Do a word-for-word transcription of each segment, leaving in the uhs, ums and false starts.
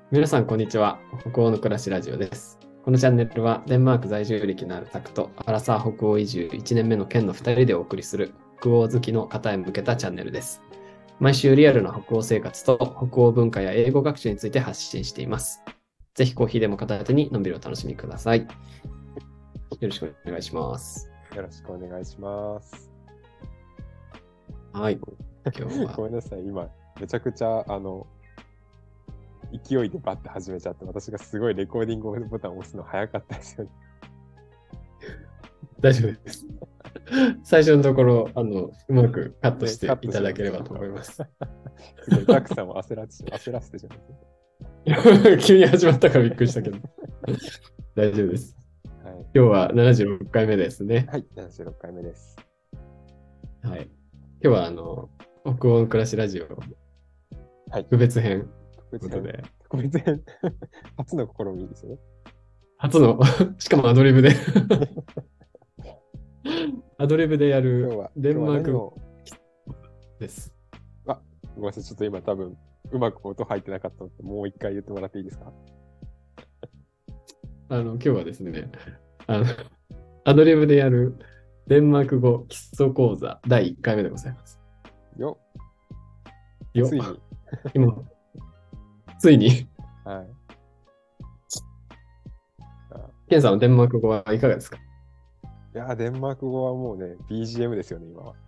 皆さん、こんにちは。北欧の暮らしラジオです。このチャンネルは、デンマーク在住歴のあるタクと、アラサー北欧移住いちねんめの県のふたりでお送りする、北欧好きの方へ向けたチャンネルです。毎週リアルな北欧生活と北欧文化や英語学習について発信しています。ぜひコーヒーでも片手にのんびりお楽しみください。よろしくお願いします。 よろしくお願いします。 はい。今日は。 ごめんなさい、今、めちゃくちゃ、あの、勢いでバッて始めちゃって、私がすごいレコーディングボタンを押すの早かったですよね。 大丈夫です。最初のところ、あの、うまくカットしてね、 いただければと思います。 すごい、タクさんを焦らせ焦らせてしまって。 急に始まったからびっくりしたけど。大丈夫です。はい、今日はななじゅうろっかいめですね。 はい、ななじゅうろっかいめです。 はい。今日は、あの、北欧の暮らしラジオ、はい、特別編ということで。 特別編初の試みですよね。 初の、しかもアドリブでアドリブでやるデンマークです。 あ、ごめんなさい、ちょっと今多分うまく音入ってなかったので、もう一回言ってもらっていいですか？ あの、今日はですね、あの、アドリブでやるデンマーク語基礎講座だいいっかいめでございます。 よよついに。 今、ついに。 はい。 ケンさんはデンマーク語はいかがですか？ いや、デンマーク語はもうね、ビージーエム ですよね、今は。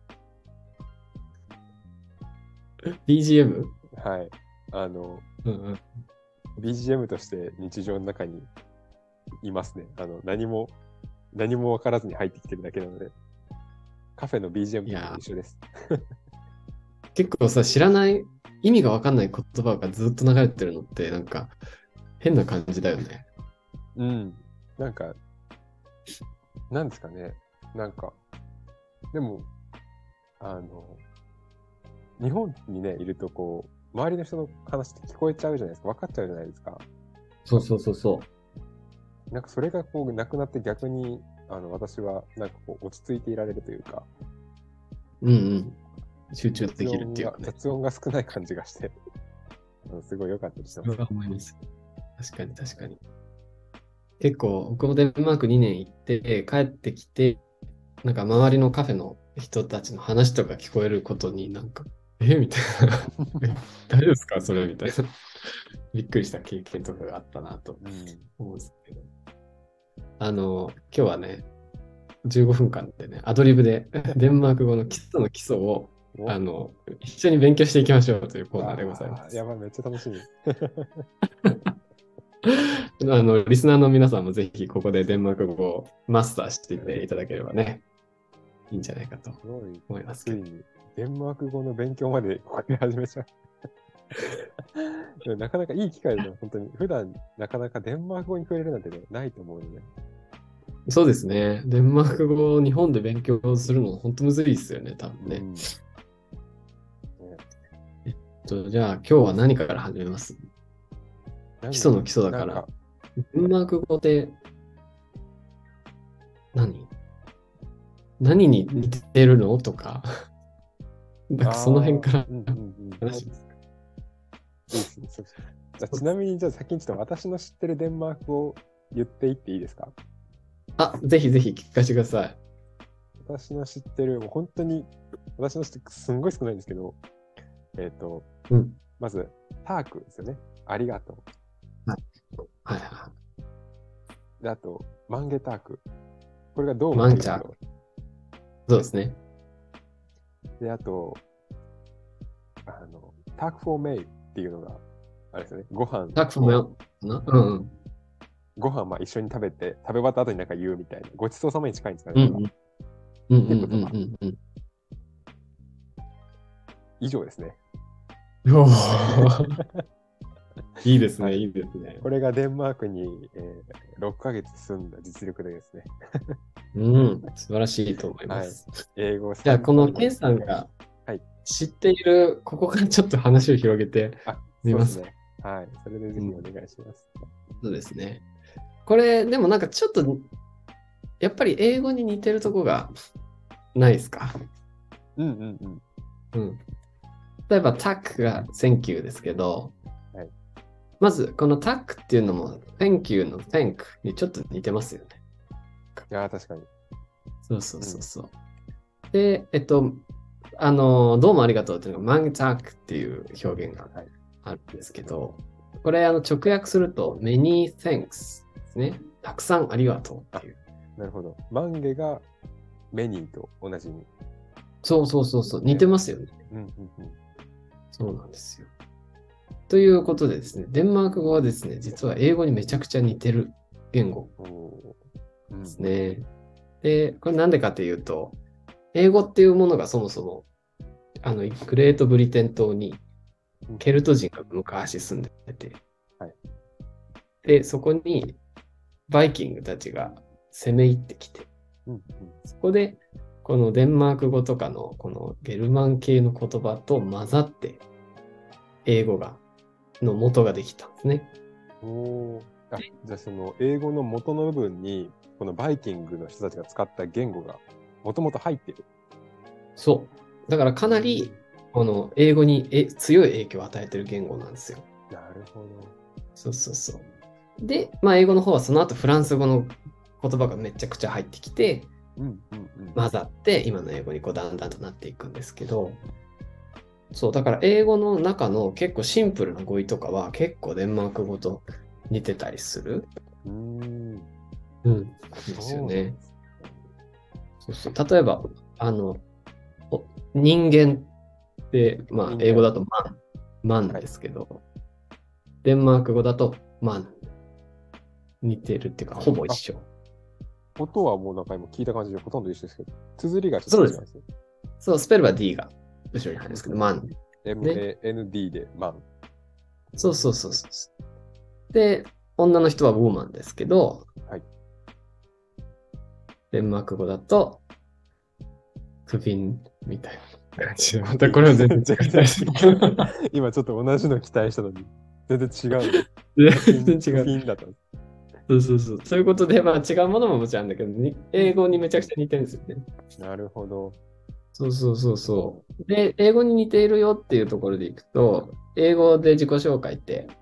ビージーエム？ はい。あの、 うんうん、 ビージーエム として日常の中にいますね。あの、何も、何も分からずに入ってきてるだけなので、カフェの ビージーエム と一緒です。 結構さ、知らない、意味が分かんない言葉がずっと流れてるのって、なんか、変な感じだよね。 うん。なんか、なんですかね。なんか、でも、あの、日本にね、いるとこう、周りの人の話って聞こえちゃうじゃないですか。分かっちゃうじゃないですか。 そうそうそうそう。 なんかそれがこう、なくなって逆に、あの、私は、なんかこう、落ち着いていられるというか。 うんうん。集中できるっていうか、ね、 雑音が少ない感じがして、すごい良かったです。 それは思います。確かに確かに。結構、僕もデンマークにねん行って、帰ってきて、なんか周りのカフェの人たちの話とか聞こえることになんか、えみたいな。大丈夫ですかそれみたいな。びっくりした経験とかがあったなと思うんですけど。うん、あの、今日はね、じゅうごふんかんでね、アドリブでデンマーク語の基礎の基礎をあの一緒に勉強していきましょうというコーナーでございます。 やばい、めっちゃ楽しみ。 あのリスナーの皆さんもぜひここでデンマーク語をマスターしていっていただければね、いいんじゃないかと思いますけど。 ついにデンマーク語の勉強までこれ始めちゃう。なかなかいい機会だよ、本当に。普段なかなかデンマーク語に触れるなんてね、ないと思うので。 そうですね。デンマーク語を日本で勉強するの本当むずいですよね、多分ね。うん、ねえっと、じゃあ今日は何から始めます？基礎の基礎だから。デンマーク語で何何に似てるのとか、なんかその辺から話しますか。 いいですね。じゃあちなみに、じゃあ先にちょっと私の知ってるデンマーク語を言っていっていいですか？ あ、ぜひぜひ聞かせてください。 私の知ってる、もう本当に、私の知ってるすんごい少ないんですけど、えっ、ー、と、 うん、 まず、タークですよね。ありがとう。 はい。はいはい。 で、あと、マンゲターク。これがどうもマンチャーク。そうですね。 で、あと、あの、タークフォーメイっていうのが、あれですよね。ご飯。 タークフォーメイなうんうん。 ご飯まあ一緒に食べて、食べ終わった後になんか言うみたいな。ごちそうさまに近いんですかね。 ね。 うんうんうんうんうんうん。 以上ですね。 いいですね、はい、いいですね。 これがデンマークに、えー、ろっかげつ住んだ実力でですね。 うん、素晴らしいと思います。はい、英語じゃあ、このケンさんが知っている、はい、ここからちょっと話を広げてみます。 そうですね。はい。それでぜひお願いします。 うん、そうですね。これ、でもなんかちょっと、やっぱり英語に似てるとこがないですか？ うんうんうん。 うん。例えば、タックが Thank you ですけど、 はい、 まず、このタックっていうのも、Thank you の Thank にちょっと似てますよね。 いやー、確かに。 そうそうそうそう。で、えっと、あの、どうもありがとうっていうのが、マンタックっていう表現がはい。 あるんですけど、これ、あの、直訳すると、many thanks ですね。たくさんありがとうっていう。 なるほど。マンゲがメニーと同じに。 そうそうそうそう、似てますよね。 うんうんうん。 そうなんですよ。ということでですね、デンマーク語はですね、実は英語にめちゃくちゃ似てる言語おーうんですね。で、これなんでかというと、英語っていうものがそもそも、あの、グレートブリテン島にうんケルト人が昔住んでて、 はいで、そこにバイキングたちが攻め入ってきて、 うんうんそこで、このデンマーク語とかのこのゲルマン系の言葉と混ざって、英語が、の元ができたんですね。 おーあ、じゃあその英語の元の部分に、このバイキングの人たちが使った言語がもともと入ってる。 そう。だからかなり、この英語にえ強い影響を与えてる言語なんですよ。 なるほど。 そうそうそう。で、まあ英語の方はその後フランス語の言葉がめちゃくちゃ入ってきて、 うんうんうん。 混ざって今の英語にこうだんだんとなっていくんですけど、そう、だから英語の中の結構シンプルな語彙とかは結構デンマーク語と似てたりする。 うーん。 うん。ですよね。そうそう。例えば、あの、お人間って、まあ人間英語だとマン、マンですけど、デンマーク語だとマン。似てるっていうか、ほぼ一緒。 音はもうなんか今聞いた感じでほとんど一緒ですけど、綴りがちょっと違うんですね。 そう、スペルは D が後ろに入るんですけど、マン。 エムエーエヌディー でマン。 そうそうそうそう。で、女の人はウーマンですけど、 はい。 デンマーク語だと、クビンみたいな感じで。またこれは全然違ったりする。 今ちょっと同じの期待したのに、全然違うの。 全然違クフう。 ィンだった。 そうそうそう。そういうことで、まあ違うものももちろんあるんだけど、に英語にめちゃくちゃ似てるんですよね。 なるほど。 そうそうそうそう。で、英語に似ているよっていうところでいくと、英語で自己紹介って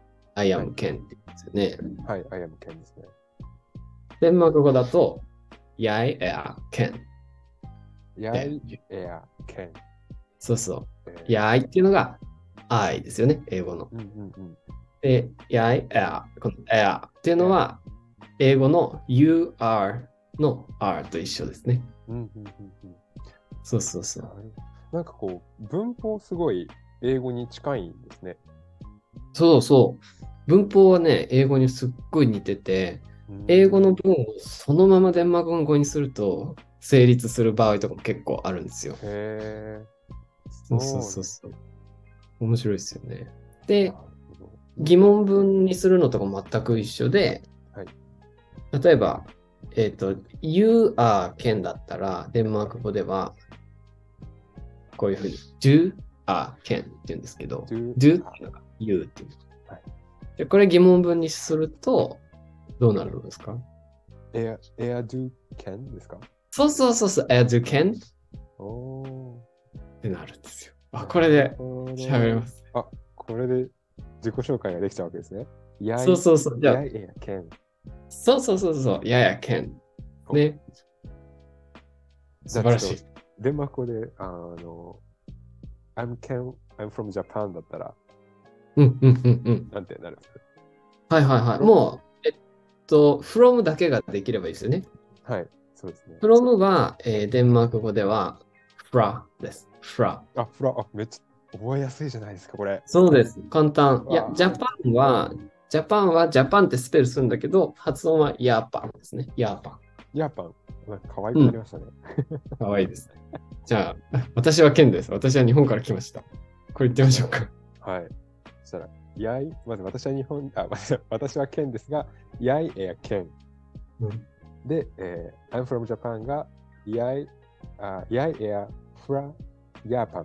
、I はい am Ken って言うんですよね。 はい、I am Ken ですね。 デンマーク語だと、Jeg er Ken。 やい、エア、ケン。 そうそう。 えー Jeg っていうのが I ですよね、英語の。 うんうんうん。 で、Jeg er、この er っていうのは、英語の You are の R と一緒ですね。 うんうんうんうん。 そうそうそう。 なるほどなんかこう、文法すごい英語に近いんですね。 そうそう。文法はね、英語にすっごい似てて、 うん英語の文をそのままデンマーク語にすると成立する場合とかも結構あるんですよ。 へえ。 そうそうそうそう。面白いですよね。で、 なるほど疑問文にするのとか全く一緒で、 はい例えば、えっ、と、You are Ken だったら、デンマーク語では、こういうふうに、Do are Ken って言うんですけど、 Do Do っていうのが You っていう。 はいでこれ疑問文にすると、どうなるんですか？ エア、エアドゥケンですかそうそうそうそう、え Do Ken っおー。 てなるんですよ。あ、これで喋喋れます。 あ、これで自己紹介ができたわけですね。やい、 そうそうそう。じゃあやい、エア、ケン。 そうそうそうそう。やや Ken。ね。素晴らしい。 デンマーク語で、あの、I'm Ken, I'm from Japan だったら、 うんうんうんうん。 なんてなるんですかはいはいはい。もう、えっと、from だけができればいいですよね。 はい、そうですね。 from は、えーデンマーク語では fra です。fra。 あ、フラ、あ、めっちゃ覚えやすいじゃないですか、これ。 そうです。簡単。いやわ、あジャパンは、ジャパンはジャパンってスペルするんだけど、発音はヤーパンですね。ヤーパン。 ヤーパン。なんか可愛くなりましたね。 かわいいですね。じゃあ、私はケンです。私は日本から来ました。これ言ってみましょうか。 はい。そしたら、やい、まず私は日本、あ、まず私はケンですが、やい、エア、ケン。 うんで、えー、I'm from Japan が、やい、あ、やい、エア、フラ、ヤーパン。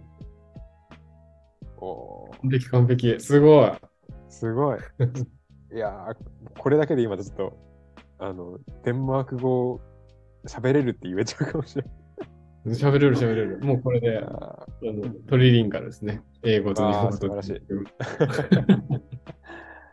おー、 完璧完璧。すごい。 すごい。いやー、これだけで今ちょっと、あの、デンマーク語喋れるって言えちゃうかもしれない。 喋れる喋れる。もうこれで、ああのトリリンガルですね。英語と日本語と。 あー素晴らしい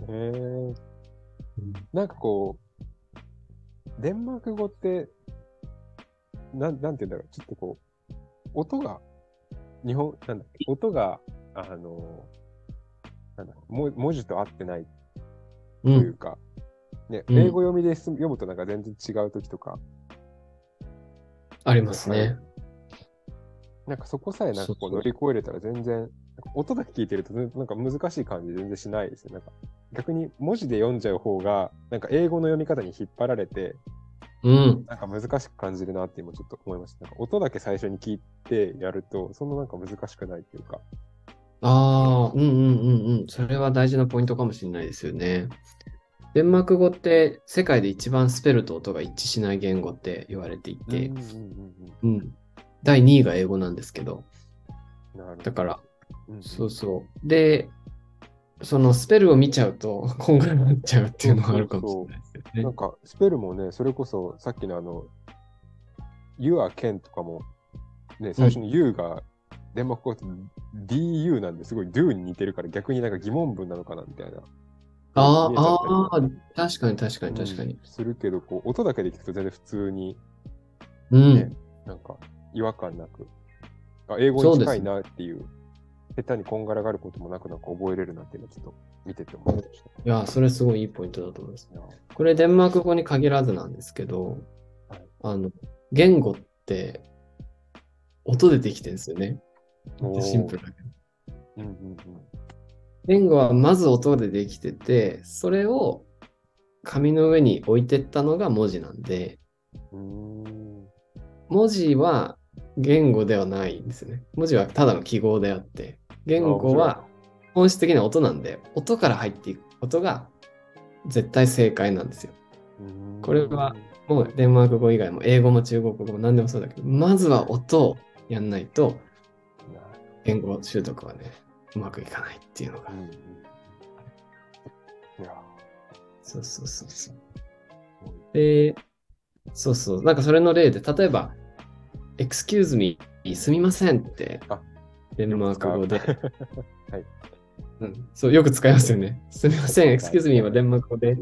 え。なんかこう、デンマーク語って、なん、なんて言うんだろう、ちょっとこう、音が、日本、なんだっけ、音が、あの、なんだろう、も文字と合ってないうん。 というか、ね、 うん。 英語読みで読むとなんか全然違うときとか、 ありまね、ある。 すね。 なんかそこさえなんかこうそうそう。 乗り越えれたら全然、なんか音だけ聞いてると全なんか難しい感じ全然しないですよ。なんか逆に文字で読んじゃう方が、なんか英語の読み方に引っ張られて、 うん。 なんか難しく感じるなって今ちょっと思いました。なんか音だけ最初に聞いてやると、そんななんか難しくないっていうか。 ああ、うんうんうんうん。それは大事なポイントかもしれないですよね。デンマーク語って世界で一番スペルと音が一致しない言語って言われていて、 うんうんうんうん。だいにいが英語なんですけど、 うん。なるほど。 だから、 うんうん。 そうそう。で、そのスペルを見ちゃうと、こんがらがっちゃうっていうのがあそうそうるかもしれそないですよう。なね。 んかスペルもね、それこそさっきのあの、You are Ken とかもね、 うん。 最初に U がデンマーク語って ディーユー なんですごい Do に似てるから逆になんか疑問文なのかなみたいな風にあ見えちゃったりも、 あ、ああ、確かに確かにうん、 確かに。 するけど、こう音だけで聞くと全然普通にね、 うん。 なんか違和感なく、あ、英語に近いそうですね。 なっていう、下手にこんがらがることもなくなんか覚えれるなっていうのをちょっと見てて思いましいや、それすごいいいポイントだと思います。 た。いや、 これデンマーク語に限らずなんですけど、 はい。 あの、言語って音でできてるんですよね。シンおー、 プルだけど。 うんうん言語はまず音でできてて、それを紙の上に置いてったのが文字なんで、 うん。うーん。 文字は言語ではないんですよね。文字はただの記号であって、 あー、面白い。 言語は本質的な音なんで、音から入っていくことが絶対正解なんですよ。 うーこれはん。 もうデンマーク語以外も英語も中国語も何でもそうだけど、まずは音をやんないとな言語習得はね、うまくいかないっていうのが。 うんうん。いやそうそうそうそう。 ー、 で、そうそう。なんかそれの例で、例えば、excuse me すみませんってあ、 デンマーよく使う。 ク語で、 はい。 うん、そう、よく使いますよね。すみません、 使う、 excuse me 使う。 はデンマーク語で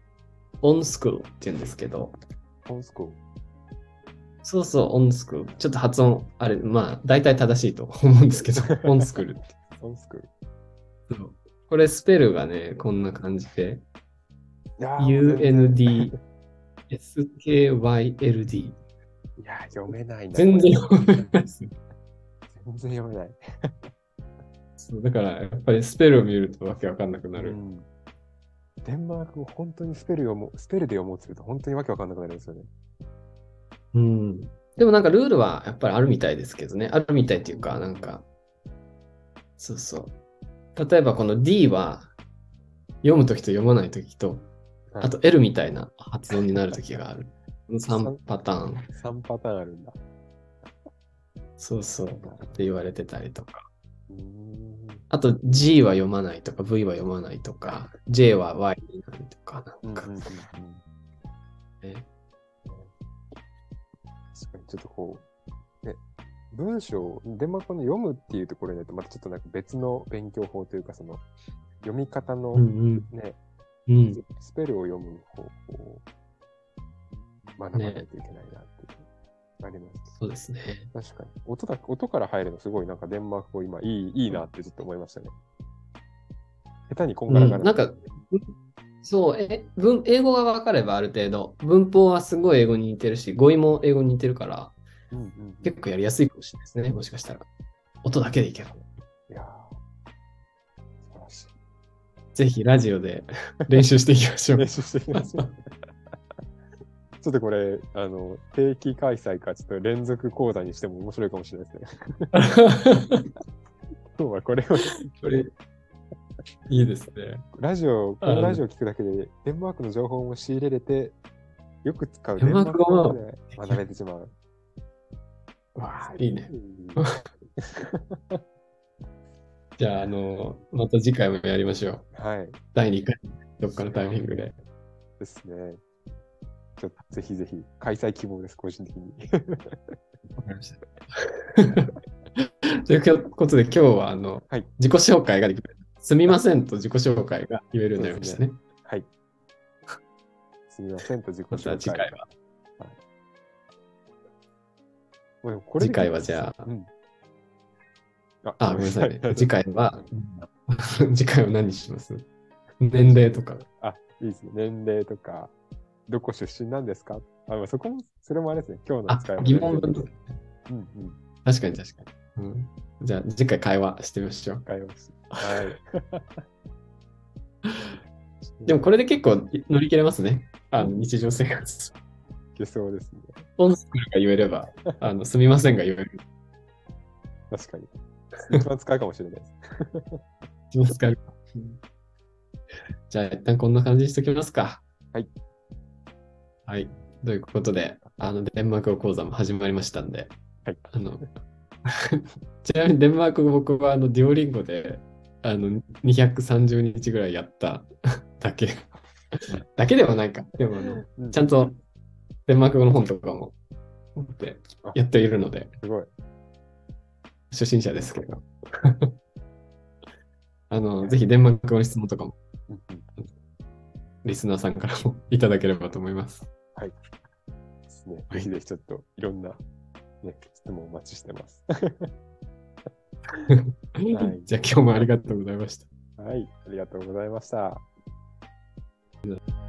on school って言うんですけど、 オンスコそうそう、on school。ちょっと発音、あれ、まあ、大体正しいと思うんですけど、on ー。 school って。 オンスクール。 そう、これスペルがね、こんな感じで、 いやーもう全然、 U-N-D-S-K-Y-L-D。 いやー読めないな、これ。 全然読めないですね。 全然読めない。 そう、だから、やっぱりスペルを見るとわけわかんなくなる。 うん。デンマーク語、本当にスペル読もう、スペルで読もうとすると、本当にわけわかんなくなるんですよね。 うん。でもなんかルールはやっぱりあるみたいですけどね。あるみたいっていうか、なんうん。 か、そうそう。例えばこの D は読むときと読まないときと、 はい。 あと L みたいな発音になるときがある。さんさん、 パターン。 さんパターンあるんだ。 そうそう。っなるほて言われてたりとか。 ど。うーん。 あと G は読まないとか V は読まないとか J は Y になるとかなんか、 うんうんうんうん。 ね。 確かにちょっとこう、ね、文章をデンマーク語の読むっていうところになると、またちょっとなんか別の勉強法というか、その読み方のうんね、 うん。うん。 スペルを読む方法を学ばないね。 といけないなっていうあります。 そうですね。 確かに。音だ、音から入るのすごいなんかデンマーク語今いい、いいなってずっと思いましたね。下手にこんうん。 がらがらない。 なんか、そう、え、文、英語が分かればある程度、文法はすごい英語に似てるし、語彙も英語に似てるから、 うんうんうん。 結構やりやすいかもしれないですね、もしかしたら。音だけでいけば。 いやー、素晴らしい。 ぜひラジオで練習していきましょう。 練習していきますよ。ちょっとこれ、あの、定期開催か、ちょっと連続講座にしても面白いかもしれないですね。今日はこれを、 これ、いいですね。 ラジオ、このあの、 ラジオを聞くだけで、デンマークの情報も仕入れれて、よく使うデンマーデンマーク語まク語も、 で学べてしまう。 わあ、いいね。 うん。 じゃあ、あの、また次回もやりましょう。 はい。 だいにかい、どっかのタイミングで。 ですね。ちょっとぜひぜひ、開催希望です、個人的に。 わかりました。ということで、今日は、あの、 はい。 自己紹介ができるんですみませんと自己紹介が言えるようになりましたね。 はい。すみませんと自己ま紹介。 た次回は。 はい、でもこれ次回はじゃあ、 うん、あ、 あ、ごめんなさいね。次回は、次回は何します？年齢とか。 あ、いいですね。年齢とか、どこ出身なんですか？あ、まあ、そこも、それもあれですね。今日の使いあ、疑問文とか。 うんうん。 確かに確かに。うん、じゃあ、次回会話してみましょう。 会話しはい。 でもこれで結構乗り切れますね。あの日常生活。 いけそうですね。 オンスクールが言えれば、あのすみませんが言える。 確かに。一番使うかもしれないです。 一番使う。じゃあ、一旦こんな感じにしときますか。 はい。 はい。ということで、あの、デンマーク語講座も始まりましたんで、 はい。 あのちなみにデンマーク語僕はあのデュオリンゴであのにひゃくさんじゅうにちぐらいやっただけ。だけではないか。でもあの、 うん、 ちゃんとデンマーク語の本とかも持ってやっているので、 すごい。 初心者ですけど。あの、ぜひデンマーク語の質問とかも、 うんうん、 リスナーさんからもいただければと思います。 はい。ですね。ぜひぜひちょっといろんな、ね、質問お待ちしてます。 はい、じゃあ今日もありがとうございました。 はい。ありがとうございました。